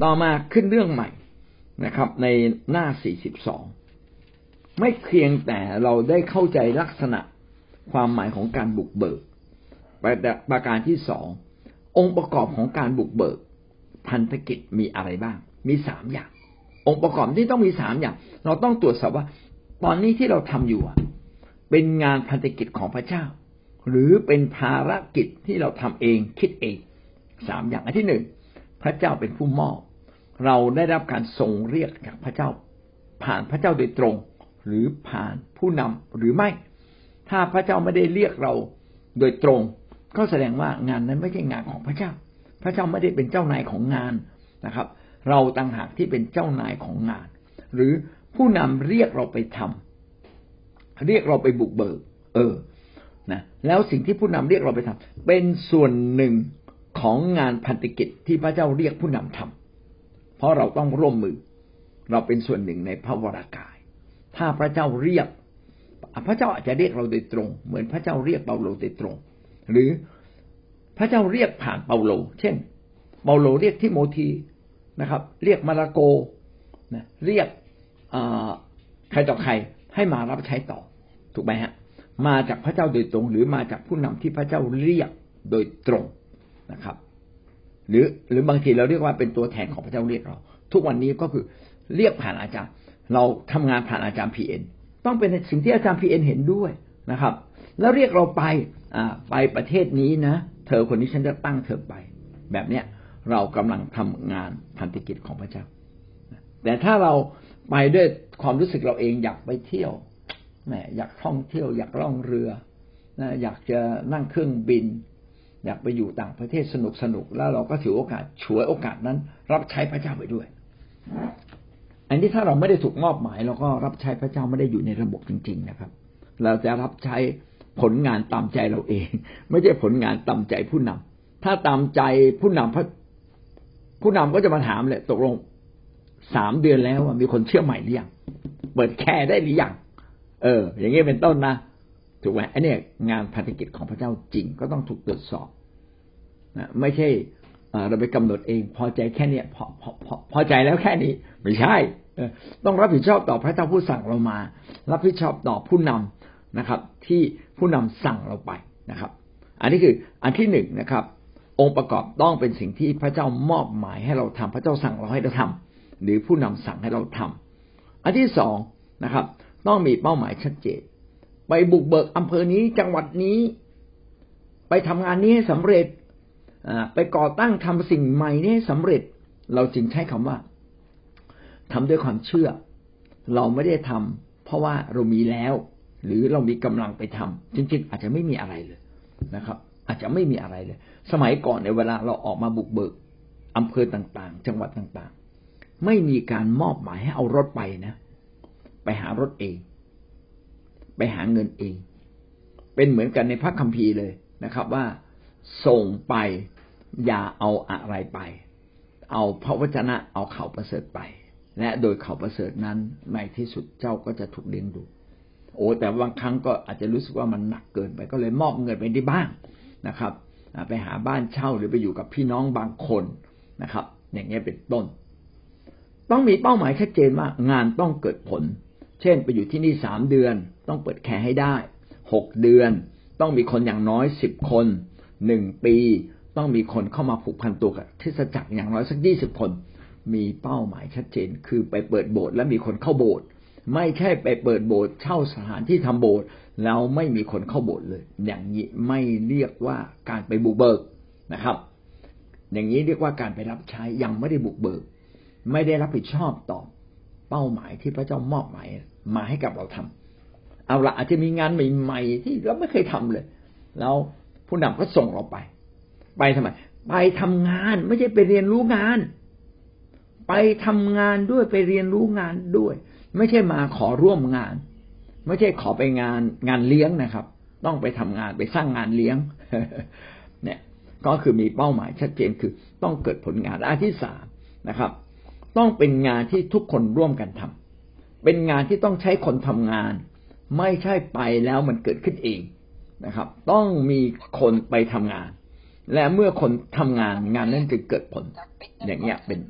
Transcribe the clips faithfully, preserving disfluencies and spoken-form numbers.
ต่อมาขึ้นเรื่องใหม่นะครับในหน้าสี่สิบสองไม่เพียงแต่เราได้เข้าใจลักษณะความหมายของการบุกเบิกประการที่สององค์ประกอบของการบุกเบิกพันธกิจมีอะไรบ้างมีสามอย่างองค์ประกอบที่ต้องมีสามอย่างเราต้องตรวจสอบว่าตอนนี้ที่เราทำอยู่เป็นงานพันธกิจของพระเจ้าหรือเป็นภารกิจที่เราทำเองคิดเองสามอย่างอันที่หนึ่งพระเจ้าเป็นผู้มอบเราได้รับการทรงเรียกจากพระเจ้าผ่านพระเจ้าโดยตรงหรือผ่านผู้นำหรือไม่ถ้าพระเจ้าไม่ได้เรียกเราโดยตรงก็แสดงว่างานนั้นไม่ใช่งานของพระเจ้าพระเจ้าไม่ได้เป็นเจ้านายของงานนะครับเราต่างหากที่เป็นเจ้านายของงานหรือผู้นำเรียกเราไปทำเรียกเราไปบุกเบิกเออนะแล้วสิ่งที่ผู้นำเรียกเราไปทำเป็นส่วนหนึ่งของงานพันธกิจที่พระเจ้าเรียกผู้นำทำเพราะเราต้องร่วมมือเราเป็นส่วนหนึ่งในพระวรากายถ้าพระเจ้าเรียกพระเจ้าอาจจะเรียกเราโดยตรงเหมือนพระเจ้าเรียกเปาโลโดยตรงหรือพระเจ้าเรียกผ่านเปาโลเช่นเปาโลเรียกทิโมธีนะครับเรียกมาระโกนะเรียกใครต่อใครให้มารับใช้ต่อถูกไหมฮะมาจากพระเจ้าโดยตรงหรือมาจากผู้นำที่พระเจ้าเรียกโดยตรงนะครับหรือหรือบางทีเราเรียกว่าเป็นตัวแทนของพระเจ้าเรียกเราทุกวันนี้ก็คือเรียกผ่านอาจารย์เราทำงานผ่านอาจารย์ พี เอ็น ต้องเป็นสิ่งที่อาจารย์ พี เอ็น เห็นด้วยนะครับแล้วเรียกเราไปอ่าไปประเทศนี้นะเธอคนนี้ฉันจะตั้งเธอไปแบบเนี้ยเรากำลังทำงานพันธกิจของพระเจ้าแต่ถ้าเราไปด้วยความรู้สึกเราเองอยากไปเที่ยวแหมอยากท่องเที่ยวอยากล่องเรือนะอยากจะนั่งเครื่องบินอยากไปอยู่ต่างประเทศสนุกสนุกแล้วเราก็ถือโอกาสฉวยโอกาสนั้นรับใช้พระเจ้าไปด้วยอันนี้ถ้าเราไม่ได้ถูกมอบหมายเราก็รับใช้พระเจ้าไม่ได้อยู่ในระบบจริงๆนะครับเราจะรับใช้ผลงานตามใจเราเองไม่ใช่ผลงานตามใจผู้นำถ้าตามใจผู้นำพระผู้นำก็จะมาถามเลยตกลงสามเดือนแล้วมีคนเชื่อใหม่หรือยังเปิดแค่ได้หรือยังเอออย่างนี้เป็นต้นนะถูกไหมอันนี้งานพันธกิจของพระเจ้าจริงก็ต้องถูกตรวจสอบนะไม่ใช่เราไปกำหนดเองพอใจแค่นี้พอพอพอพอใจแล้วแค่นี้ไม่ใช่ต้องรับผิดชอบต่อพระเจ้าผู้สั่งเรามารับผิดชอบต่อผู้นำนะครับที่ผู้นำสั่งเราไปนะครับอันนี้คืออันที่หนึ่งนะครับองค์ประกอบต้องเป็นสิ่งที่พระเจ้ามอบหมายให้เราทำพระเจ้าสั่งเราให้เราทำหรือผู้นำสั่งให้เราทำอันที่สองนะครับต้องมีเป้าหมายชัดเจนไปบุกเบิกอำเภอนี้จังหวัดนี้ไปทำงานนี้ให้สำเร็จไปก่อตั้งทำสิ่งใหม่นี้ให้สำเร็จเราจึงใช้คำว่าทำด้วยความเชื่อเราไม่ได้ทำเพราะว่าเรามีแล้วหรือเรามีกำลังไปทำจริงๆอาจจะไม่มีอะไรเลยนะครับอาจจะไม่มีอะไรเลยสมัยก่อนในเวลาเราออกมาบุกเบิกอำเภอต่างๆจังหวัดต่างๆไม่มีการมอบหมายให้เอารถไปนะไปหารถเองไปหาเงินเองเป็นเหมือนกันในพระคัมภีร์เลยนะครับว่าส่งไปอย่าเอาอะไรไปเอาพระวจนะเอาข่าวประเสริฐไปและโดยข่าวประเสริฐนั้นในที่สุดเจ้าก็จะถูกเลี้ยงดูโอ้แต่บางครั้งก็อาจจะรู้สึกว่ามันหนักเกินไปก็เลยมอบเงินไปได้บ้างนะครับไปหาบ้านเช่าหรือไปอยู่กับพี่น้องบางคนนะครับอย่างเงี้ยเป็นต้นต้องมีเป้าหมายชัดเจนว่างานต้องเกิดผลเช่นไปอยู่ที่นี่สามเดือนต้องเปิดแคร์ให้ได้หกเดือนต้องมีคนอย่างน้อยสิบคนหนึ่งปีต้องมีคนเข้ามาผูกพันตัวกับคริสตจักรอย่างน้อยสักยี่สิบคนมีเป้าหมายชัดเจนคือไปเปิดโบสถ์และมีคนเข้าโบสถ์ไม่ใช่ไปเปิดโบสถ์เช่าสถานที่ทำโบสถ์แล้วไม่มีคนเข้าโบสถ์เลยอย่างนี้ไม่เรียกว่าการไปบุกเบิกนะครับอย่างนี้เรียกว่าการไปรับใช้ยังไม่ได้บุกเบิกไม่ได้รับผิดชอบต่อเป้าหมายที่พระเจ้ามอบหมายมาให้กับเราทำเอาละอาจจะมีงานใหม่ๆที่เราไม่เคยทำเลยแล้วผู้นำก็ส่งเราไปไปทำไมไปทำงานไม่ใช่ไปเรียนรู้งานไปทำงานด้วยไปเรียนรู้งานด้วยไม่ใช่มาขอร่วมงานไม่ใช่ขอไปงานงานเลี้ยงนะครับต้องไปทำงานไปสร้างงานเลี้ยง เนี่ยก็คือมีเป้าหมายชัดเจนคือต้องเกิดผลงานอันที่สามนะครับต้องเป็นงานที่ทุกคนร่วมกันทำเป็นงานที่ต้องใช้คนทำงานไม่ใช่ไปแล้วมันเกิดขึ้นเองนะครับต้องมีคนไปทำงานและเมื่อคนทำงานงานนั้นจะเกิดผลอย่างเงี้ยเป็นต้น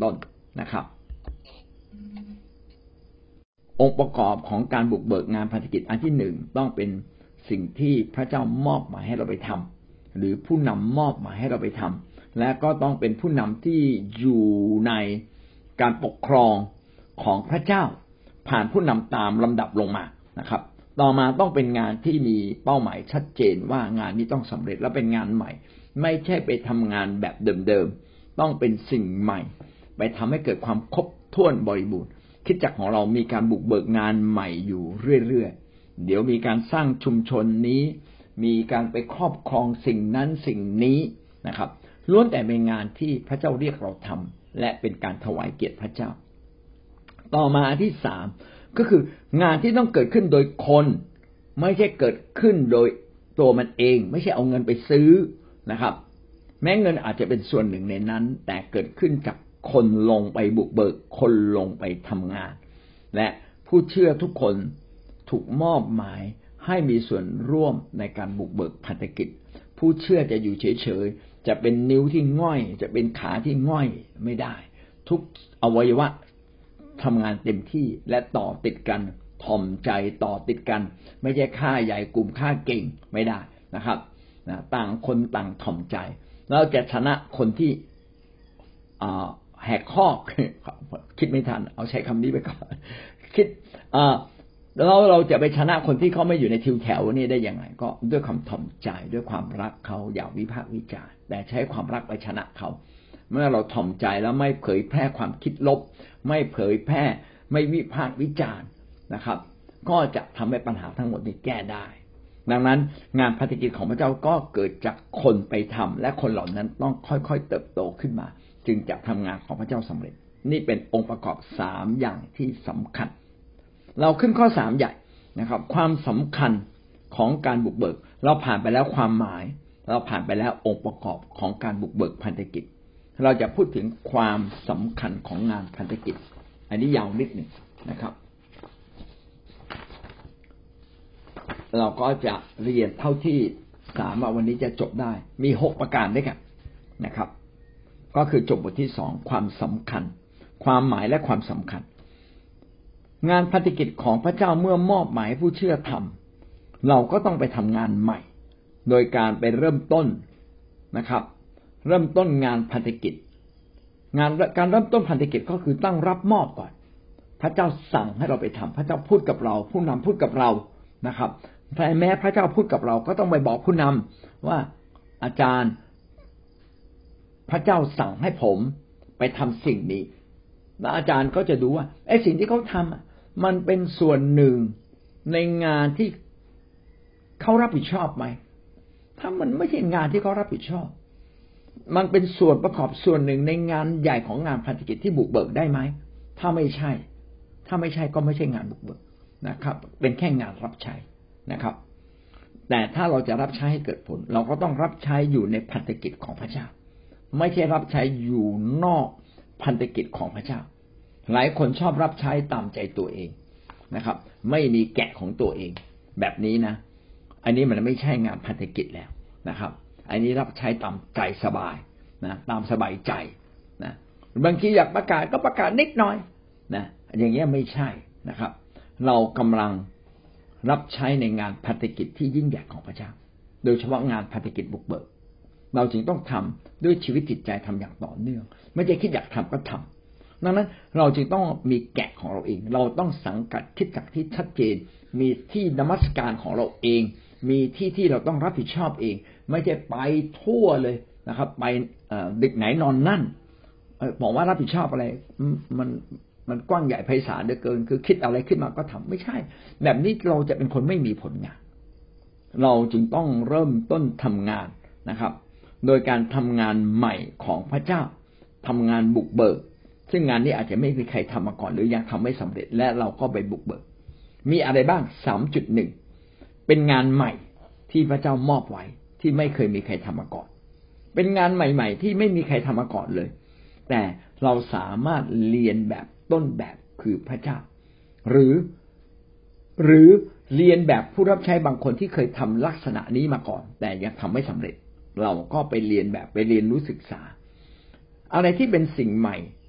นะครับองค์ประกอบของการบุกเบิกงานพันธกิจอันที่หนึ่งต้องเป็นสิ่งที่พระเจ้ามอบหมายให้เราไปทำหรือผู้นำมอบหมายให้เราไปทำและก็ต้องเป็นผู้นำที่อยู่ในการปกครองของพระเจ้าผ่านผู้นำตามลำดับลงมานะครับต่อมาต้องเป็นงานที่มีเป้าหมายชัดเจนว่างานนี้ต้องสำเร็จและเป็นงานใหม่ไม่ใช่ไปทำงานแบบเดิมๆต้องเป็นสิ่งใหม่ไปทำให้เกิดความครบถ้วนบริบูรณ์คริสตจักรของเรามีการบุกเบิกงานใหม่อยู่เรื่อยๆเดี๋ยวมีการสร้างชุมชนนี้มีการไปครอบครองสิ่งนั้นสิ่งนี้นะครับล้วนแต่เป็นงานที่พระเจ้าเรียกเราทำและเป็นการถวายเกียรติพระเจ้าต่อมาอันที่สามก็คืองานที่ต้องเกิดขึ้นโดยคนไม่ใช่เกิดขึ้นโดยตัวมันเองไม่ใช่เอาเงินไปซื้อนะครับแม้เงินอาจจะเป็นส่วนหนึ่งในนั้นแต่เกิดขึ้นจากคนลงไปบุกเบิกคนลงไปทำงานและผู้เชื่อทุกคนถูกมอบหมายให้มีส่วนร่วมในการบุกเบิกพันธกิจผู้เชื่อจะอยู่เฉยๆจะเป็นนิ้วที่ง่อยจะเป็นขาที่ง่อยไม่ได้ทุกอวัยวะทำงานเต็มที่และต่อติดกันถ่อมใจต่อติดกันไม่ใช่ข้าใหญ่กลุ่มข้าเก่งไม่ได้นะครับนะต่างคนต่างถ่อมใจเราจะชนะคนที่แหกข้อคิดไม่ทันเอาใช้คำนี้ไปก่อนคิดเราเราจะไปชนะคนที่เขาไม่อยู่ในทิวแถวนี่ได้ยังไงก็ด้วยความถ่อมใจด้วยความรักเขาอย่าวิพากษ์วิจารณ์แต่ใช้ความรักไปชนะเขาเมื่อเราถ่อมใจแล้วไม่เผยแพร่ความคิดลบไม่เผยแพร่ไม่วิพากษ์วิจารณ์นะครับก็จะทำให้ปัญหาทั้งหมดนี้แก้ได้ดังนั้นงานพันธกิจของพระเจ้าก็เกิดจากคนไปทำและคนเหล่านั้นต้องค่อยๆเติบโตขึ้นมาจึงจะทำงานของพระเจ้าสำเร็จนี่เป็นองค์ประกอบสามอย่างที่สำคัญเราขึ้นข้อสามใหญ่นะครับความสำคัญของการบุกเบิกเราผ่านไปแล้วความหมายเราผ่านไปแล้วองค์ประกอบของการบุกเบิกพันธกิจเราจะพูดถึงความสำคัญของงานพันธกิจอันนี้ยาวนิดหนึ่งนะครับเราก็จะเรียนเท่าที่สามารถวันนี้จะจบได้มีหกประการด้วยกันนะครับก็คือจบบทที่สองความสำคัญความหมายและความสำคัญงานพันธกิจของพระเจ้าเมื่อมอบหมายผู้เชื่อทำเราก็ต้องไปทำงานใหม่โดยการไปเริ่มต้นนะครับเริ่มต้นงานพันธกิจงานการเริ่มต้นพันธกิจก็คือตั้งรับมอบก่อนพระเจ้าสั่งให้เราไปทำพระเจ้าพูดกับเราผู้นำพูดกับเรานะครับแต่แม้พระเจ้าพูดกับเราก็ต้องไปบอกผู้นำว่าอาจารย์พระเจ้าสั่งให้ผมไปทำสิ่งนี้แล้วอาจารย์ก็จะดูว่าไอ้สิ่งที่เขาทำมันเป็นส่วนหนึ่งในงานที่เขารับผิดชอบไหมถ้ามันไม่ใช่งานที่เขารับผิดชอบมันเป็นส่วนประกอบส่วนหนึ่งในงานใหญ่ของงานพันธกิจที่บุกเบิกได้ไหมถ้าไม่ใช่ถ้าไม่ใช่ก็ไม่ใช่งานบุกเบิกนะครับเป็นแค่งานรับใช้นะครับแต่ถ้าเราจะรับใช้ให้เกิดผลเราก็ต้องรับใช้อยู่ในพันธกิจของพระเจ้าไม่ใช่รับใช้อยู่นอกพันธกิจของพระเจ้าหลายคนชอบรับใช้ตามใจตัวเองนะครับไม่มีแกะของตัวเองแบบนี้นะอันนี้มันไม่ใช่งานพันธกิจแล้วนะครับอันนี้รับใช้ตามใจสบายนะตามสบายใจนะบางทีอยากประกาศก็ประกาศนิดหน่อยนะอย่างเงี้ยไม่ใช่นะครับเรากำลังรับใช้ในงานพันธกิจที่ยิ่งใหญ่ของพระเจ้าโดยเฉพาะงานพันธกิจบุกเบิกเราจึงต้องทำด้วยชีวิตจิตใจทำอย่างต่อเนื่องไม่ใช่คิดอยากทำก็ทำดังนั้นเราจึงต้องมีแกะของเราเองเราต้องสังกัดคริสตจักรที่ชัดเจนมีที่นมัสการของเราเองมีที่ที่เราต้องรับผิดชอบเองไม่ใช่ไปทั่วเลยนะครับไปดึกไหนนอนนั่นบอกว่ารับผิดชอบอะไรมันมันกว้างใหญ่ไพศาลเหลือเกินคือคิดอะไรขึ้นมาก็ทำไม่ใช่แบบนี้เราจะเป็นคนไม่มีผลงานเราจึงต้องเริ่มต้นทำงานนะครับโดยการทำงานใหม่ของพระเจ้าทำงานบุกเบิกซึ่งงานนี้อาจจะไม่มีใครทำมาก่อนหรือยังทำไม่สำเร็จและเราก็ไปบุกเบิกมีอะไรบ้าง สามจุดหนึ่ง เป็นงานใหม่ที่พระเจ้ามอบไว้ที่ไม่เคยมีใครทำมาก่อนเป็นงานใหม่ๆที่ไม่มีใครทำมาก่อนเลยแต่เราสามารถเรียนแบบต้นแบบคือพระเจ้าหรือหรือเรียนแบบผู้รับใช้บางคนที่เคยทำลักษณะนี้มาก่อนแต่ยังทำไม่สำเร็จเราก็ไปเรียนแบบไปเรียนรู้ศึกษาอะไรที่เป็นสิ่งใหม่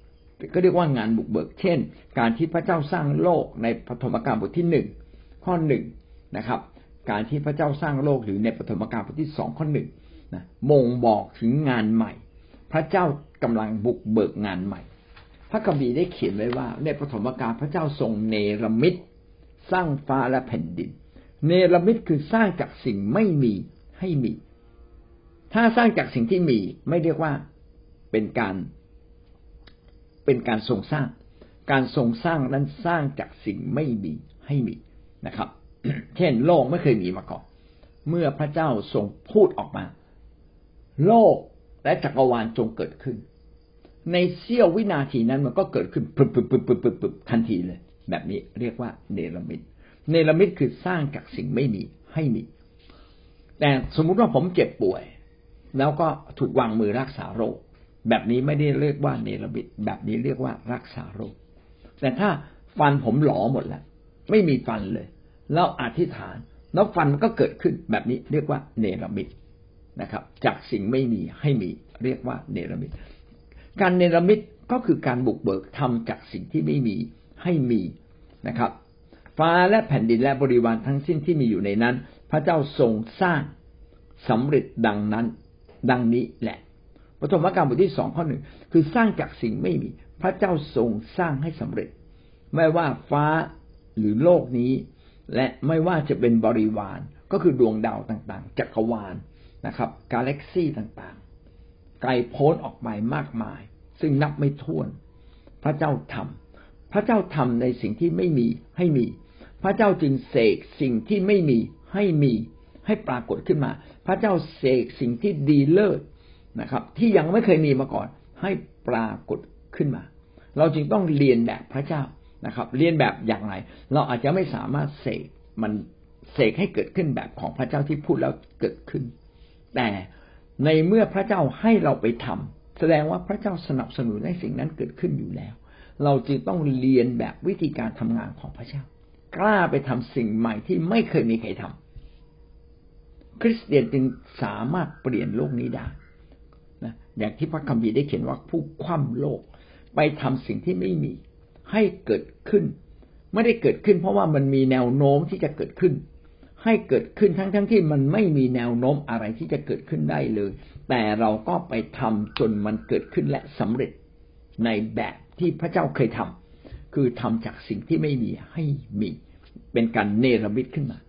ก็เรียกว่างานบุกเบิกเช่นการที่พระเจ้าสร้างโลกในปฐมกาลบทที่หนึ่งข้อหนึ่งนะครับการที่พระเจ้าสร้างโลกหรือในปฐมกาลบทที่สองข้อหนึ่งนะบ่งบอกถึงงานใหม่พระเจ้ากำลังบุกเบิกงานใหม่พระคัมภีร์ได้เขียนไว้ว่าในปฐมกาลพระเจ้าทรงเนรมิตสร้างฟ้าและแผ่นดินเนรมิตคือสร้างจากสิ่งไม่มีให้มีถ้าสร้างจากสิ่งที่มีไม่เรียกว่าเป็นการเป็นการทรงสร้างการทรงสร้างนั้นสร้างจากสิ่งไม่มีให้มีนะครับ เช่นโลกไม่เคยมีมาก่อนเมื่อพระเจ้าทรงพูดออกมาโลกและจักรวาลจงเกิดขึ้นในเสี้ยววินาทีนั้นมันก็เกิดขึ้นปึ๊บปึ๊บปึ๊บปึ๊บปึ๊บทันทีเลยแบบนี้เรียกว่าเนรมิตเนรมิตคือสร้างจากสิ่งไม่มีให้มีแต่สมมุติว่าผมเจ็บป่วยแล้วก็ถูกวางมือรักษาโรคแบบนี้ไม่ได้เรียกว่าเนรมิตแบบนี้เรียกว่ารักษาโรคแต่ถ้าฟันผมหลอหมดแล้วไม่มีฟันเลยแล้วอธิษฐานแล้วฟันมันก็เกิดขึ้นแบบนี้เรียกว่าเนรมิตนะครับจากสิ่งไม่มีให้มีเรียกว่าเนรมิตการเนรมิตก็คือการบุกเบิกทำจากสิ่งที่ไม่มีให้มีนะครับฟ้าและแผ่นดินและบริวารทั้งสิ้นที่มีอยู่ในนั้นพระเจ้าทรงสร้างสำเร็จดังนั้นดังนี้แหละปฐมกาลบทที่สองข้อหนึ่งคือสร้างจากสิ่งไม่มีพระเจ้าทรงสร้างให้สำเร็จไม่ว่าฟ้าหรือโลกนี้และไม่ว่าจะเป็นบริวารก็คือดวงดาวต่างๆจักรวาลนะครับกาแล็กซี่ต่างๆไกลโพ้นออกไปมากมายซึ่งนับไม่ถ้วนพระเจ้าทำพระเจ้าทำในสิ่งที่ไม่มีให้มีพระเจ้าจึงเสกสิ่งที่ไม่มีให้มีให้ปรากฏขึ้นมาพระเจ้าเสกสิ่งที่ดีเลิศนะครับที่ยังไม่เคยมีมาก่อนให้ปรากฏขึ้นมาเราจึงต้องเรียนแบบพระเจ้านะครับเรียนแบบอย่างไรเราอาจจะไม่สามารถเสกมันเสกให้เกิดขึ้นแบบของพระเจ้าที่พูดแล้วเกิดขึ้นแต่ในเมื่อพระเจ้าให้เราไปทำแสดงว่าพระเจ้าสนับสนุนให้สิ่งนั้นเกิดขึ้นอยู่แล้วเราจึงต้องเรียนแบบวิธีการทำงานของพระเจ้ากล้าไปทำสิ่งใหม่ที่ไม่เคยมีใครทำคริสเตียนจึงสามารถเปลี่ยนโลกนี้ได้นะอย่างที่พระคัมภีร์ได้เขียนว่าผู้คว่ำโลกไปทำสิ่งที่ไม่มีให้เกิดขึ้นไม่ได้เกิดขึ้นเพราะว่ามันมีแนวโน้มที่จะเกิดขึ้นให้เกิดขึ้นทั้งๆ ท, ที่มันไม่มีแนวโน้มอะไรที่จะเกิดขึ้นได้เลยแต่เราก็ไปทำจนมันเกิดขึ้นและสำเร็จในแบบที่พระเจ้าเคยทำคือทำจากสิ่งที่ไม่มีให้มีเป็นการเนรมิตขึ้นมา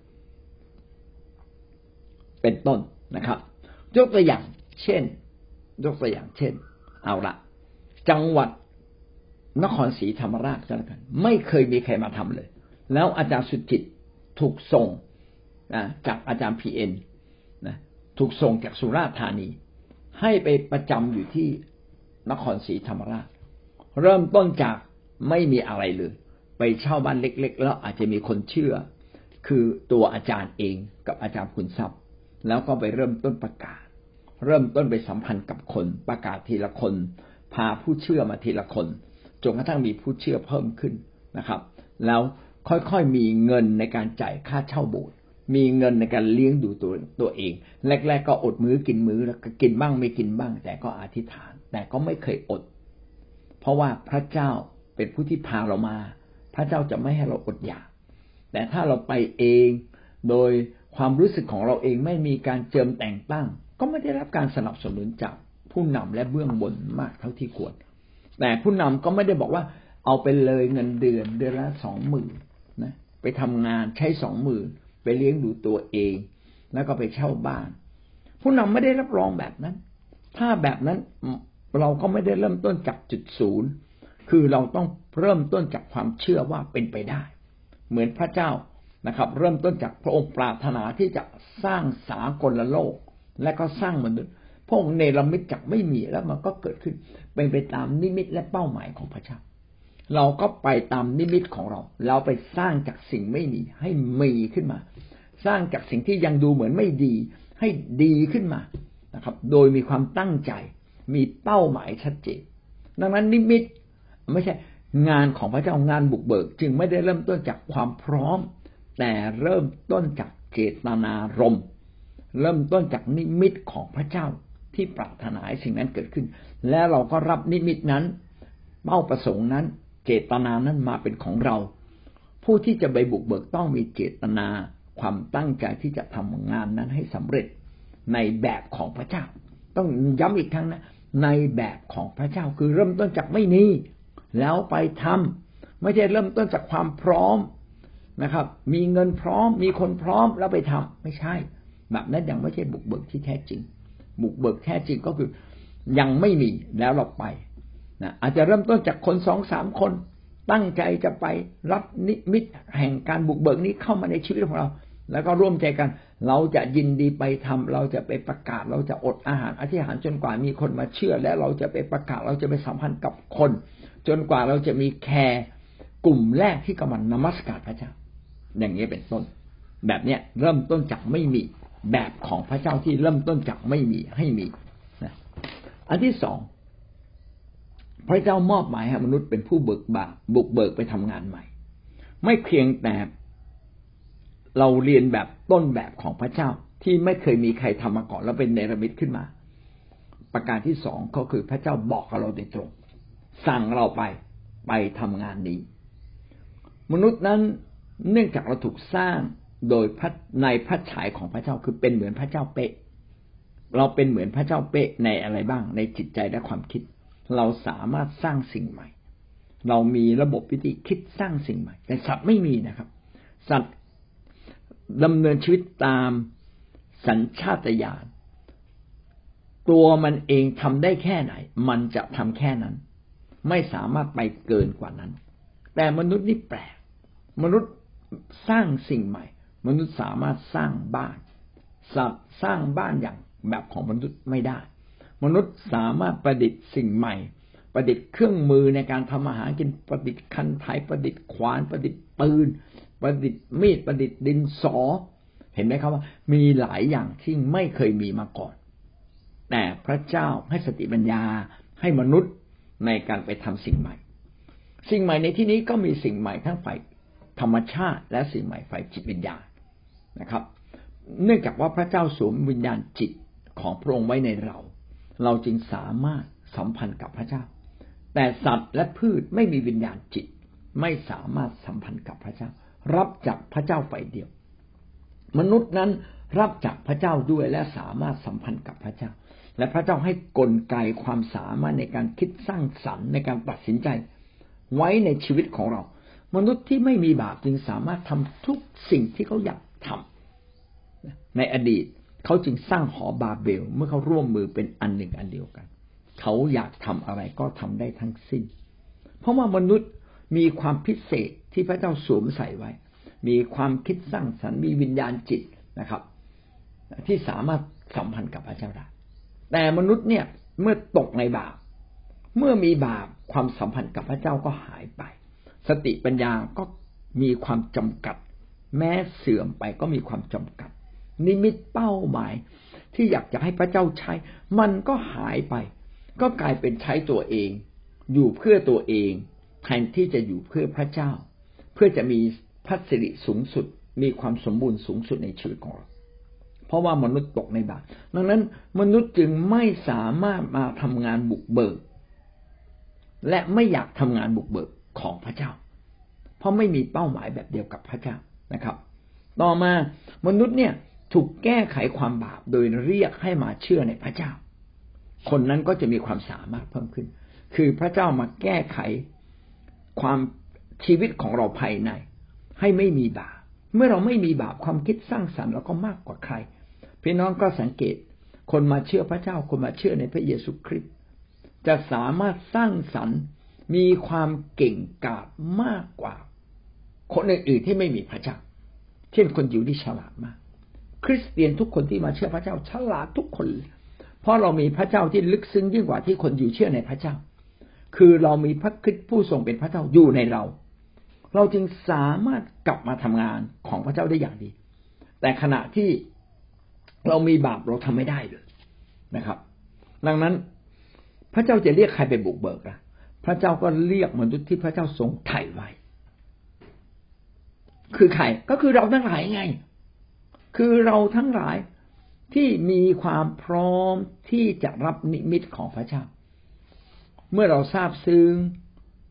เป็นต้นนะครับยกตัวอย่างเช่นยกตัวอย่างเช่นเอาละจังหวัดนครศรีธรรมราชก็แล้วกันไม่เคยมีใครมาทำเลยแล้วอาจารย์สุจิตถูกส่งนะจากอาจารย์พีเอ็นนะถูกส่งจากสุราษฎร์ธานีให้ไปประจำอยู่ที่นครศรีธรรมราชเริ่มต้นจากไม่มีอะไรเลยไปเช่าบ้านเล็กๆแล้วอาจจะมีคนเชื่อคือตัวอาจารย์เองกับอาจารย์คุณทรัพย์แล้วก็ไปเริ่มต้นประกาศเริ่มต้นไปสัมพันธ์กับคนประกาศทีละคนพาผู้เชื่อมาทีละคนจนกระทั่งมีผู้เชื่อเพิ่มขึ้นนะครับแล้วค่อยๆมีเงินในการจ่ายค่าเช่าโบสถ์มีเงินในการเลี้ยงดูตัวตัวเองแรกๆก็อดมื้อกินมื้อแล้วก็กินบ้างไม่กินบ้างแต่ก็อธิษฐานแต่ก็ไม่เคยอดเพราะว่าพระเจ้าเป็นผู้ที่พาเรามาพระเจ้าจะไม่ให้เราอดอยากแต่ถ้าเราไปเองโดยความรู้สึกของเราเองไม่มีการเจิมแต่งตั้งก็ไม่ได้รับการสนับสนุนจากผู้นำและเบื้องบนมากเท่าที่ควรแต่ผู้นำก็ไม่ได้บอกว่าเอาไปเลยเงินเดือนเดือนละสองหมื่นนะไปทำงานใช้สองหมื่นไปเลี้ยงดูตัวเองแล้วก็ไปเช่าบ้านผู้นำไม่ได้รับรองแบบนั้นถ้าแบบนั้นเราก็ไม่ได้เริ่มต้นจากจุดศูนย์คือเราต้องเริ่มต้นจากความเชื่อว่าเป็นไปได้เหมือนพระเจ้านะครับเริ่มต้นจากพระองค์ปรารถนาที่จะสร้างสากลโลกและก็สร้างมนุษย์พระองค์เนรมิตจากไม่มีแล้วมันก็เกิดขึ้นเป็นไปตามนิมิตและเป้าหมายของพระเจ้าเราก็ไปตามนิมิตของเราเราไปสร้างจากสิ่งไม่มีให้มีขึ้นมาสร้างจากสิ่งที่ยังดูเหมือนไม่ดีให้ดีขึ้นมานะครับโดยมีความตั้งใจมีเป้าหมายชัดเจนดังนั้นนิมิตไม่ใช่งานของพระเจ้างานบุกเบิกจึงไม่ได้เริ่มต้นจากความพร้อมแต่เริ่มต้นจากเจตนารมณ์เริ่มต้นจากนิมิตของพระเจ้าที่ปรารถนาให้สิ่งนั้นเกิดขึ้นและเราก็รับนิมิตนั้นเป้าประสงค์นั้นเจตนานั้นมาเป็นของเราผู้ที่จะไปบุกเบิกต้องมีเจตนาความตั้งใจที่จะทำงานนั้นให้สำเร็จในแบบของพระเจ้าต้องย้ำอีกครั้งนะในแบบของพระเจ้าคือเริ่มต้นจากไม่มีแล้วไปทำไม่ใช่เริ่มต้นจากความพร้อมนะครับมีเงินพร้อมมีคนพร้อมแล้วไปทำไม่ใช่แบบนั้นยังไม่ใช่บุกเบิกที่แท้จริงบุกเบิกแท้จริงก็คือยังไม่มีแล้วเราไปนะอาจจะเริ่มต้นจากคนสองสามคนตั้งใจจะไปรับนิมิตแห่งการบุกเบิกนี้เข้ามาในชีวิตของเราแล้วก็ร่วมใจกันเราจะยินดีไปทำเราจะไปประกาศเราจะอดอาหารอธิษฐานจนกว่ามีคนมาเชื่อและเราจะไปประกาศเราจะไปสัมพันธ์กับคนจนกว่าเราจะมีแคร์กลุ่มแรกที่กำลังนมัสการพระเจ้าอย่างนี้เป็นต้นแบบเนี้ยเริ่มต้นจากไม่มีแบบของพระเจ้าที่เริ่มต้นจากไม่มีให้มีนะอันที่สองพระเจ้ามอบหมายให้มนุษย์เป็นผู้เบิกบานบุกเบิกไปทำงานใหม่ไม่เพียงแต่เราเรียนแบบต้นแบบของพระเจ้าที่ไม่เคยมีใครทำมาก่อนแล้วเป็นเนรมิตขึ้นมาประการที่สองก็คือพระเจ้าบอกกับเราโดยตรงสั่งเราไปไปทำงานนี้มนุษย์นั้นเนื่องจากเราถูกสร้างโดยพระในพระฉายของพระเจ้าคือเป็นเหมือนพระเจ้าเป๊ะเราเป็นเหมือนพระเจ้าเป๊ะในอะไรบ้างในจิตใจและความคิดเราสามารถสร้างสิ่งใหม่เรามีระบบวิธีคิดสร้างสิ่งใหม่แต่สัตว์ไม่มีนะครับสัตว์ดำเนินชีวิตตามสัญชาตญาณตัวมันเองทำได้แค่ไหนมันจะทำแค่นั้นไม่สามารถไปเกินกว่านั้นแต่มนุษย์นี่แปลกมนุษย์สร้างสิ่งใหม่มนุษย์สามารถสร้างบ้านสัตว์สร้างบ้านอย่างแบบของมนุษย์ไม่ได้มนุษย์สามารถประดิษฐ์สิ่งใหม่ประดิษฐ์เครื่องมือในการทำอาหารกินประดิษฐ์คันไถประดิษฐ์ขวานประดิษฐ์ปืนประดิษฐ์มีดประดิษฐ์ดินสอเห็นไหมครับว่ามีหลายอย่างที่ไม่เคยมีมาก่อนแต่พระเจ้าให้สติปัญญาให้มนุษย์ในการไปทำสิ่งใหม่สิ่งใหม่ในที่นี้ก็มีสิ่งใหม่ทั้งฝ่ายธรรมชาติและสิ่งใหม่ฝ่ายจิตวิญญาณนะครับเนื่องจากว่าพระเจ้าสวมวิญญาณจิตของพระองค์ไว้ในเราเราจึงสามารถสัมพันธ์กับพระเจ้าแต่สัตว์และพืชไม่มีวิญญาณจิตไม่สามารถสัมพันธ์กับพระเจ้ารับจากพระเจ้าฝ่ายเดียวมนุษย์นั้นรับจากพระเจ้าด้วยและสามารถสัมพันธ์กับพระเจ้าและพระเจ้าให้กลไกความสามารถในการคิดสร้างสรรค์ในการตัดสินใจไว้ในชีวิตของเรามนุษย์ที่ไม่มีบาปจึงสามารถทำทุกสิ่งที่เขาอยากทำในอดีตเขาจึงสร้างหอบาเบลเมื่อเขาร่วมมือเป็นอันหนึ่งอันเดียวกันเขาอยากทำอะไรก็ทำได้ทั้งสิ้นเพราะว่ามนุษย์มีความพิเศษที่พระเจ้าสวมใส่ไว้มีความคิดสร้างสรรค์มีวิญญาณจิตนะครับที่สามารถสัมพันธ์กับพระเจ้าได้แต่มนุษย์เนี่ยเมื่อตกในบาปเมื่อมีบาปความสัมพันธ์กับพระเจ้าก็หายไปสติปัญญาก็มีความจำกัดแม้เสื่อมไปก็มีความจำกัดนิมิตเป้าหมายที่อยากจะให้พระเจ้าใช้มันก็หายไปก็กลายเป็นใช้ตัวเองอยู่เพื่อตัวเองแทนที่จะอยู่เพื่อพระเจ้าเพื่อจะมีพระสิริสูงสุดมีความสมบูรณ์สูงสุดในชีวิตของเราเพราะว่ามนุษย์ตกในบาปดังนั้นมนุษย์จึงไม่สามารถมาทำงานบุกเบิกและไม่อยากทำงานบุกเบิกของพระเจ้าเพราะไม่มีเป้าหมายแบบเดียวกับพระเจ้านะครับต่อมามนุษย์เนี่ยถูกแก้ไขความบาปโดยเรียกให้มาเชื่อในพระเจ้าคนนั้นก็จะมีความสามารถเพิ่มขึ้นคือพระเจ้ามาแก้ไขความชีวิตของเราภายในให้ไม่มีบาปเมื่อเราไม่มีบาปความคิดสร้างสรรค์เราก็มากกว่าใครพี่น้องก็สังเกตคนมาเชื่อพระเจ้าคนมาเชื่อในพระเยซูคริสต์จะสามารถสร้างสรรค์มีความเก่งกาจมากกว่าคนอื่นๆที่ไม่มีพระเจ้าเช่นคนยิวที่ฉลาดมากคริสเตียนทุกคนที่มาเชื่อพระเจ้าฉลาดทุกคนเพราะเรามีพระเจ้าที่ลึกซึ้งยิ่งกว่าที่คนยิวเชื่อในพระเจ้าคือเรามีพระคริสต์ผู้ทรงเป็นพระเจ้าอยู่ในเราเราจึงสามารถกลับมาทำงานของพระเจ้าได้อย่างดีแต่ขณะที่เรามีบาปเราทำไม่ได้เลยนะครับดังนั้นพระเจ้าจะเรียกใครไปบุกเบิกล่ะพระเจ้าก็เรียกมนุษย์ที่พระเจ้าทรงไถ่ไว้คือใครก็คือเราทั้งหลายไงคือเราทั้งหลายที่มีความพร้อมที่จะรับนิมิตของพระเจ้าเมื่อเราทราบซึ้ง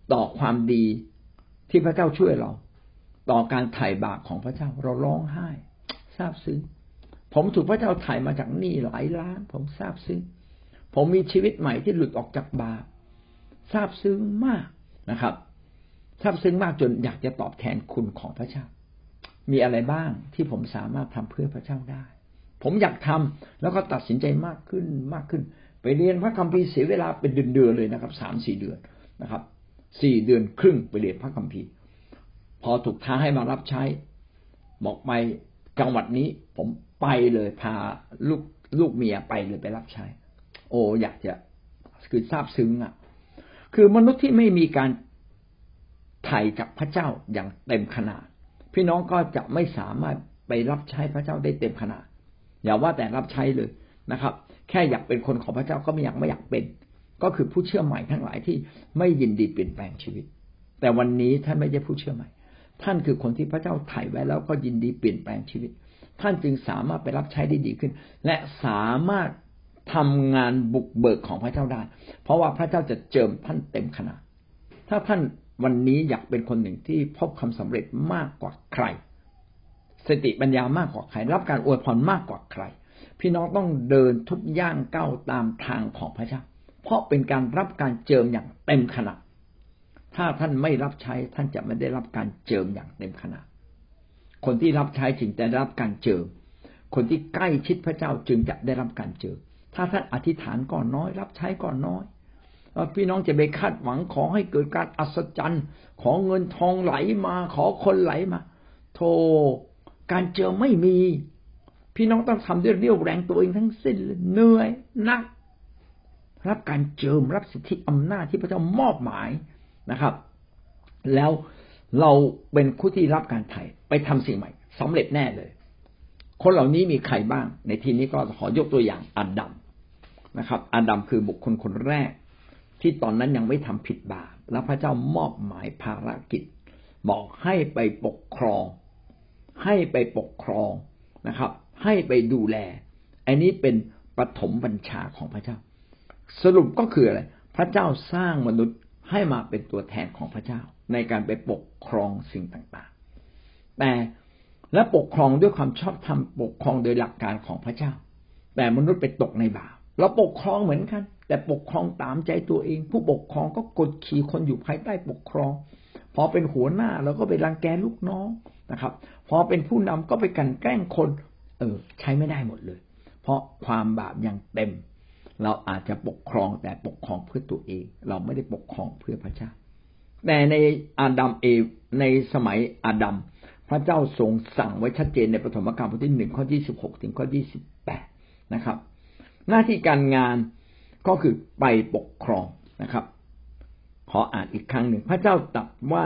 ต่อความดีที่พระเจ้าช่วยเราต่อการไถ่บาปของพระเจ้าเราร้องไห้ซาบซึ้งผมถูกพระเจ้าไถ่มาจากหนี้หลายล้านผมซาบซึ้งผมมีชีวิตใหม่ที่หลุดออกจากบาปซาบซึ้งมากนะครับซาบซึ้งมากจนอยากจะตอบแทนคุณของพระเจ้ามีอะไรบ้างที่ผมสามารถทำเพื่อพระเจ้าได้ผมอยากทำแล้วก็ตัดสินใจมากขึ้นมากขึ้นไปเรียนพระคัมภีร์เสียเวลาเป็นเดือนๆเลยนะครับ สามสี่ เดือนนะครับสี่เดือนครึ่งไปเรียนพระคัมภีร์พอถูกท้าให้มารับใช้บอกไปจังหวัดนี้ผมไปเลยพาลูกลูกเมียไปเลยไปรับใช้โอ้อยากจะคือซาบซึ้งอ่ะคือมนุษย์ที่ไม่มีการไถ่จากพระเจ้าอย่างเต็มขนาดพี่น้องก็จะไม่สามารถไปรับใช้พระเจ้าได้เต็มขนาดอย่าว่าแต่รับใช้เลยนะครับแค่อยากเป็นคนของพระเจ้าก็ไม่อยากไม่อยากเป็นก็คือผู้เชื่อใหม่ทั้งหลายที่ไม่ยินดีเปลี่ยนแปลงชีวิตแต่วันนี้ท่านไม่ใช่ผู้เชื่อใหม่ท่านคือคนที่พระเจ้าไถ่ไว้แล้วก็ยินดีเปลี่ยนแปลงชีวิตท่านจึงสามารถไปรับใช้ได้ดีขึ้นและสามารถทำงานบุกเบิกของพระเจ้าได้เพราะว่าพระเจ้าจะเจิมท่านเต็มขนาดถ้าท่านวันนี้อยากเป็นคนหนึ่งที่พบความสำเร็จมากกว่าใครสติปัญญามากกว่าใครรับการอวยพรมากกว่าใครพี่น้องต้องเดินทุกย่างก้าวตามทางของพระเจ้าเพราะเป็นการรับการเจิมอย่างเต็มขนาดถ้าท่านไม่รับใช้ท่านจะไม่ได้รับการเจิมอย่างเต็มขนาดคนที่รับใช้จึงจะได้รับการเจิมคนที่ใกล้ชิดพระเจ้าจึงจะได้รับการเจิมถ้าท่านอธิษฐานก่อนน้อยรับใช้ก่อนน้อยพี่น้องจะไปคาดหวังขอให้เกิดการอัศจรรย์ขอเงินทองไหลมาขอคนไหลมาโธ่การเจิมไม่มีพี่น้องต้องทำด้วยเรี่ยวแรงตัวเองทั้งสิ้นเหนื่อยหนักรับการเจิมรับสิทธิอำนาจที่พระเจ้ามอบหมายนะครับแล้วเราเป็นผู้ที่รับการไถ่ไปทำสิ่งใหม่สำเร็จแน่เลยคนเหล่านี้มีใครบ้างในที่นี้ก็ขอยกตัวอย่างอาดัมนะครับอาดัมคือบุคคลคนแรกที่ตอนนั้นยังไม่ทำผิดบาปแล้วพระเจ้ามอบหมายภารกิจบอกให้ไปปกครองให้ไปปกครองนะครับให้ไปดูแลอันนี้เป็นปฐมบัญชาของพระเจ้าสรุปก็คืออะไรพระเจ้าสร้างมนุษย์ให้มาเป็นตัวแทนของพระเจ้าในการไปปกครองสิ่งต่างๆแต่และปกครองด้วยความชอบธรรมปกครองโดยหลักการของพระเจ้าแต่มนุษย์ไปตกในบาปเราปกครองเหมือนกันแต่ปกครองตามใจตัวเองผู้ปกครองก็กดขี่คนอยู่ภายใต้ปกครองพอเป็นหัวหน้าเราก็ไปรังแกลูกน้องนะครับพอเป็นผู้นำก็ไปกลั่นแกล้งคนเออใช้ไม่ได้หมดเลยเพราะความบาปยังเต็มเราอาจจะปกครองแต่ปกครองเพื่อตัวเองเราไม่ได้ปกครองเพื่อพระเจ้าแต่ในอาดัมเอวในสมัยอาดัมพระเจ้าทรงสั่งไว้ชัดเจนในปฐมกาลบทที่หนึ่งข้อที่สิบหกถึงข้อที่สิบแปดนะครับหน้าที่การงานก็คือไปปกครองนะครับขออ่านอีกครั้งหนึ่งพระเจ้าตรัสว่า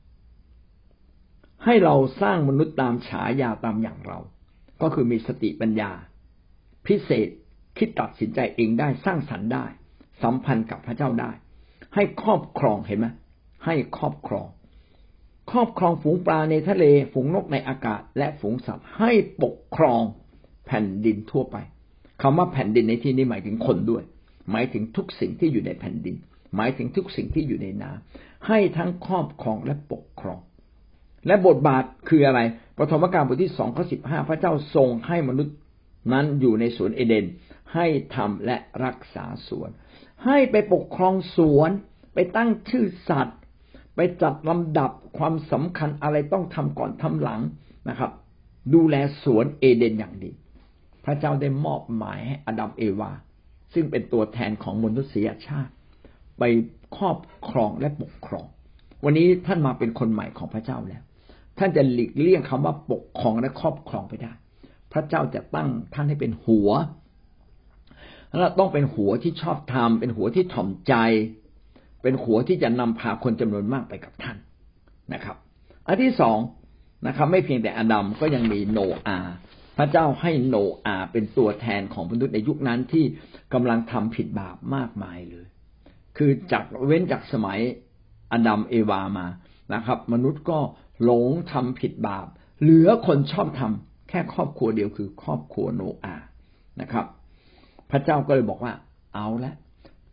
ให้เราสร้างมนุษย์ตามฉายาตามอย่างเราก็คือมีสติปัญญาพิเศษคิดตัดสินใจเองได้สร้างสรรค์ได้สัมพันธ์กับพระเจ้าได้ให้ครอบครองเห็นไหมให้ครอบครองครอบครองฝูงปลาในทะเลฝูงนกในอากาศและฝูงสัตว์ให้ปกครองแผ่นดินทั่วไปคำว่าแผ่นดินในที่นี้หมายถึงคนด้วยหมายถึงทุกสิ่งที่อยู่ในแผ่นดินหมายถึงทุกสิ่งที่อยู่ในน้ำให้ทั้งครอบครองและปกครองและบทบาทคืออะไรปฐมกาลบทที่สองข้อสิบห้าพระเจ้าทรงให้มนุษย์นั้นอยู่ในสวนเอเดนให้ทำและรักษาสวนให้ไปปกครองสวนไปตั้งชื่อสัตว์ไปจัดลำดับความสำคัญอะไรต้องทำก่อนทำหลังนะครับดูแลสวนเอเดนอย่างดีพระเจ้าได้มอบหมายให้อาดัมเอวาซึ่งเป็นตัวแทนของมนุษยชาติไปครอบครองและปกครองวันนี้ท่านมาเป็นคนใหม่ของพระเจ้าแล้วท่านจะหลีกเลี่ยงคำว่าปกครองและครอบครองไปได้พระเจ้าจะตั้งท่านให้เป็นหัวและต้องเป็นหัวที่ชอบธรรมเป็นหัวที่ถ่อมใจเป็นหัวที่จะนำพาคนจำนวนมากไปกับท่านนะครับอันที่สองนะครับไม่เพียงแต่อาดัมก็ยังมีโนอาห์พระเจ้าให้โนอาห์เป็นตัวแทนของมนุษย์ในยุคนั้นที่กำลังทำผิดบาปมากมายเลยคือจากเว้นจากสมัยอาดัมเอวามานะครับมนุษย์ก็หลงทำผิดบาปเหลือคนชอบทำแค่ครอบครัวเดียวคือครอบครัวโนอาห์นะครับพระเจ้าก็เลยบอกว่าเอาละ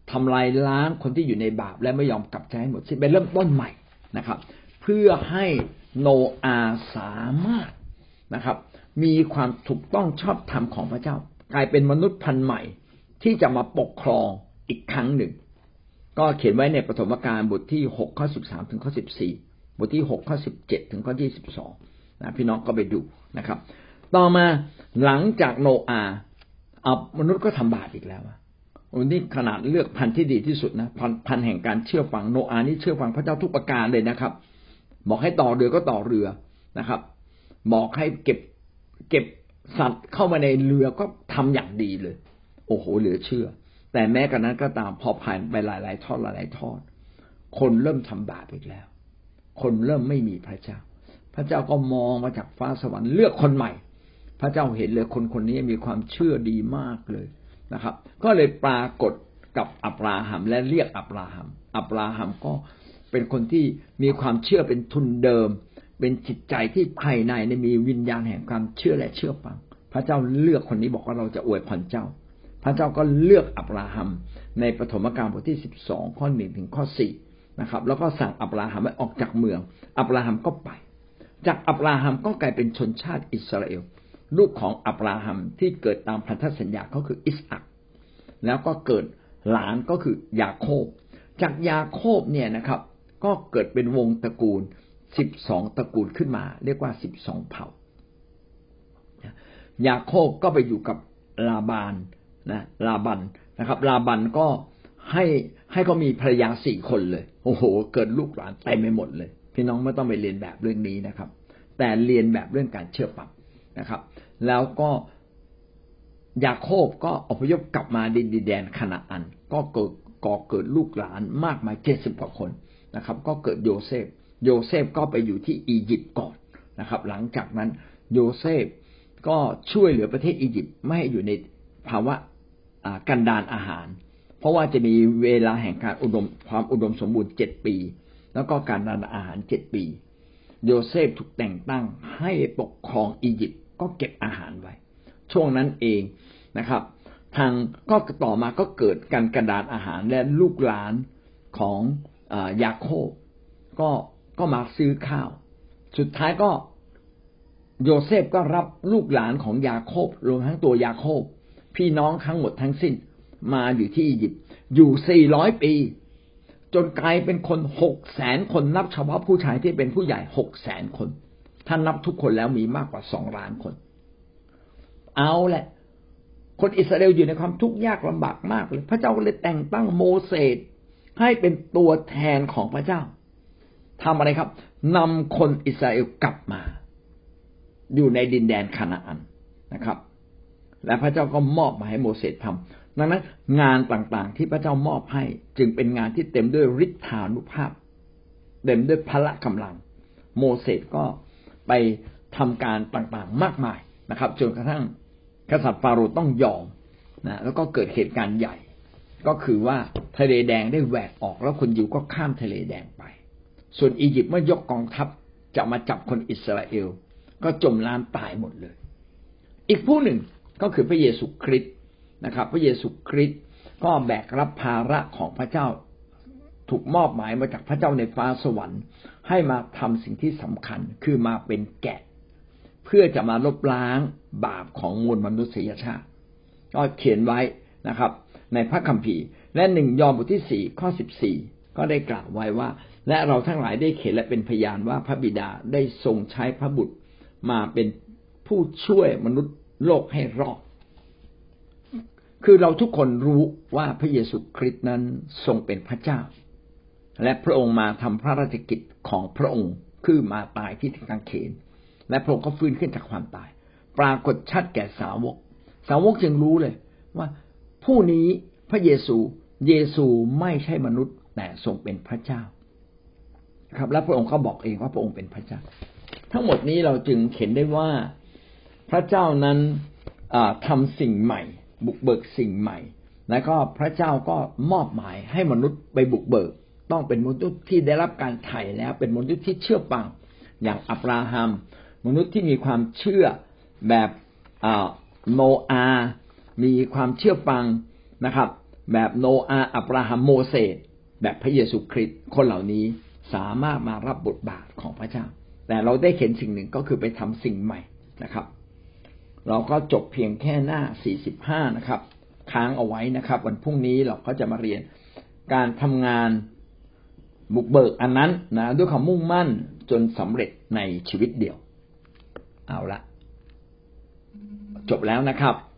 ทำลายล้างคนที่อยู่ในบาปและไม่ยอมกลับใจให้หมดสิ้นไปเริ่มต้นใหม่นะครับเพื่อให้โนอาห์สามารถนะครับมีความถูกต้องชอบธรรมของพระเจ้ากลายเป็นมนุษย์พันธุ์ใหม่ที่จะมาปกครองอีกครั้งหนึ่งก็เขียนไว้ในปฐมกาลบทที่หกข้อสิบสามถึงข้อสิบสี่บทที่หกข้อสิบเจ็ดถึงข้อยี่สิบสองนะพี่น้องก็ไปดูนะครับต่อมาหลังจากโนอาห์เอามนุษย์ก็ทำบาปอีกแล้ววันนี้ขนาดเลือกพันธุ์ที่ดีที่สุดนะพันพันธุ์แห่งการเชื่อฟังโนอาห์นี่เชื่อฟังพระเจ้าทุกประการเลยนะครับบอกให้ต่อเรือก็ต่อเรือนะครับบอกให้เก็บเก็บสัตว์เข้ามาในเรือก็ทำอย่างดีเลยโอ้โหเหลือเชื่อแต่แม้กระนั้นก็ตามพอผ่านไปหลายๆทอดหลายๆทอดคนเริ่มทำบาปอีกแล้วคนเริ่มไม่มีพระเจ้าพระเจ้าก็มองมาจากฟ้าสวรรค์เลือกคนใหม่พระเจ้าเห็นเลยคนคนนี้มีความเชื่อดีมากเลยนะครับก็เลยปรากฏกับอับราฮัมและเรียกอับราฮัมอับราฮัมก็เป็นคนที่มีความเชื่อเป็นทุนเดิมเป็นจิตใจที่ภายในมีวิญญาณแห่งความเชื่อและเชื่อฟังพระเจ้าเลือกคนนี้บอกว่าเราจะอวยพรเจ้าพระเจ้าก็เลือกอับราฮัมในปฐมกาลบทที่สิบสองข้อหนึ่งถึงข้อสี่นะครับแล้วก็สั่งอับราฮัมให้ออกจากเมืองอับราฮัมก็ไปจากอับราฮัมก็กลายเป็นชนชาติอิสราเอลลูกของอับราฮัมที่เกิดตามพันธสัญญาก็คืออิสอัคแล้วก็เกิดหลานก็คือยาโคบจากยาโคบเนี่ยนะครับก็เกิดเป็นวงตระกูลสิบสองตระกูลขึ้นมาเรียกว่าสิบสองเผ่ายาโคบก็ไปอยู่กับลาบานนะลาบันนะครับลาบันก็ให้ให้เขามีภรรยาสี่คนเลยโอ้โหเกิดลูกหลานเต็มไปหมดเลยพี่น้องไม่ต้องไปเรียนแบบเรื่องนี้นะครับแต่เรียนแบบเรื่องการเชื่อฟังนะครับแล้วก็ยาโคบก็อพยพกลับมาดินดินแดนคานาอันก็เกิดก่อเกิดลูกหลานมากมายเจ็ดสิบกว่าคนนะครับก็เกิดโยเซฟโยเซฟก็ไปอยู่ที่อียิปต์ก่อนนะครับหลังจากนั้นโยเซฟก็ช่วยเหลือประเทศอียิปต์ไม่ให้อยู่ในภาวะกันดารอาหารเพราะว่าจะมีเวลาแห่งการอุดมความอุดมสมบูรณ์เจ็ดปีแล้วก็การดารอาหารเจ็ดปีโยเซฟถูกแต่งตั้งให้ปกครองอียิปต์ก็เก็บอาหารไว้ช่วงนั้นเองนะครับทางก็ต่อมาก็เกิดการกันดารอาหารและลูกหลานของยาโคบก็ก็มาซื้อข้าวสุดท้ายก็โยเซฟก็รับลูกหลานของยาโคบรวมทั้งตัวยาโคบพี่น้องทั้งหมดทั้งสิ้นมาอยู่ที่อียิปต์อยู่สี่ร้อยปีจนกลายเป็นคนหกแสนคนนับเฉพาะผู้ชายที่เป็นผู้ใหญ่หกแสนคนท่านนับทุกคนแล้วมีมากกว่าสองล้านคนเอาแหละคนอิสราเอลอยู่ในความทุกข์ยากลำบากมากเลยพระเจ้าก็เลยแต่งตั้งโมเสสให้เป็นตัวแทนของพระเจ้าทำอะไรครับนำคนอิสราเอลกลับมาอยู่ในดินแดนคานาอันนะครับและพระเจ้าก็มอบมาให้โมเสสทำดังนั้นงานต่างๆที่พระเจ้ามอบให้จึงเป็นงานที่เต็มด้วยฤทธานุภาพเต็มด้วยพละกำลังโมเสสก็ไปทำการต่างๆมากมายนะครับจนกระทั่งกษัตริย์ฟาโรห์ต้องยอมนะแล้วก็เกิดเหตุการณ์ใหญ่ก็คือว่าทะเลแดงได้แหวกออกแล้วคนยิวก็ข้ามทะเลแดงไปส่วนอียิปต์เมื่อยกกองทัพจะมาจับคนอิสราเอลก็จมน้ำตายหมดเลยอีกผู้หนึ่งก็คือพระเยซูคริสต์นะครับพระเยซูคริสต์ก็แบกรับภาระของพระเจ้าถูกมอบหมายมาจากพระเจ้าในฟ้าสวรรค์ให้มาทำสิ่งที่สำคัญคือมาเป็นแกะเพื่อจะมาลบล้างบาปของมวลมนุษยชาติก็เขียนไว้นะครับในพระคัมภีร์และหนึ่งยอห์นบทที่สี่ข้อสิบสี่ก็ได้กล่าวไว้ว่าและเราทั้งหลายได้เห็นและเป็นพยานว่าพระบิดาได้ทรงใช้พระบุตรมาเป็นผู้ช่วยมนุษย์โลกให้รอดคือเราทุกคนรู้ว่าพระเยซูคริสต์นั้นทรงเป็นพระเจ้าและพระองค์มาทำพระราชกิจของพระองค์คือมาตายที่กางเขนและพระองค์ก็ฟื้นขึ้นจากความตายปรากฏชัดแก่สาวกสาวกจึงรู้เลยว่าผู้นี้พระเยซูเยซูไม่ใช่มนุษย์แต่ทรงเป็นพระเจ้าครับและพระองค์ก็บอกเองว่าพระองค์เป็นพระเจ้าทั้งหมดนี้เราจึงเห็นได้ว่าพระเจ้านั้นทำสิ่งใหม่บุกเบิกสิ่งใหม่แล้วก็พระเจ้าก็มอบหมายให้มนุษย์ไปบุกเบิกต้องเป็นมนุษย์ที่ได้รับการไถ่แล้วเป็นมนุษย์ที่เชื่อฟังอย่างอับราฮัมมนุษย์ที่มีความเชื่อแบบโนอาห์มีความเชื่อฟังนะครับแบบโนอาห์อับราฮัมโมเสสแบบพระเยซูคริสต์คนเหล่านี้สามารถมารับบทบาทของพระเจ้าแต่เราได้เห็นสิ่งหนึ่งก็คือไปทำสิ่งใหม่นะครับเราก็จบเพียงแค่หน้าสี่สิบห้านะครับค้างเอาไว้นะครับวันพรุ่งนี้เราก็จะมาเรียนการทำงานบุกเบิกอันนั้นนะด้วยความมุ่งมั่นจนสำเร็จในชีวิตเดียวเอาละจบแล้วนะครับ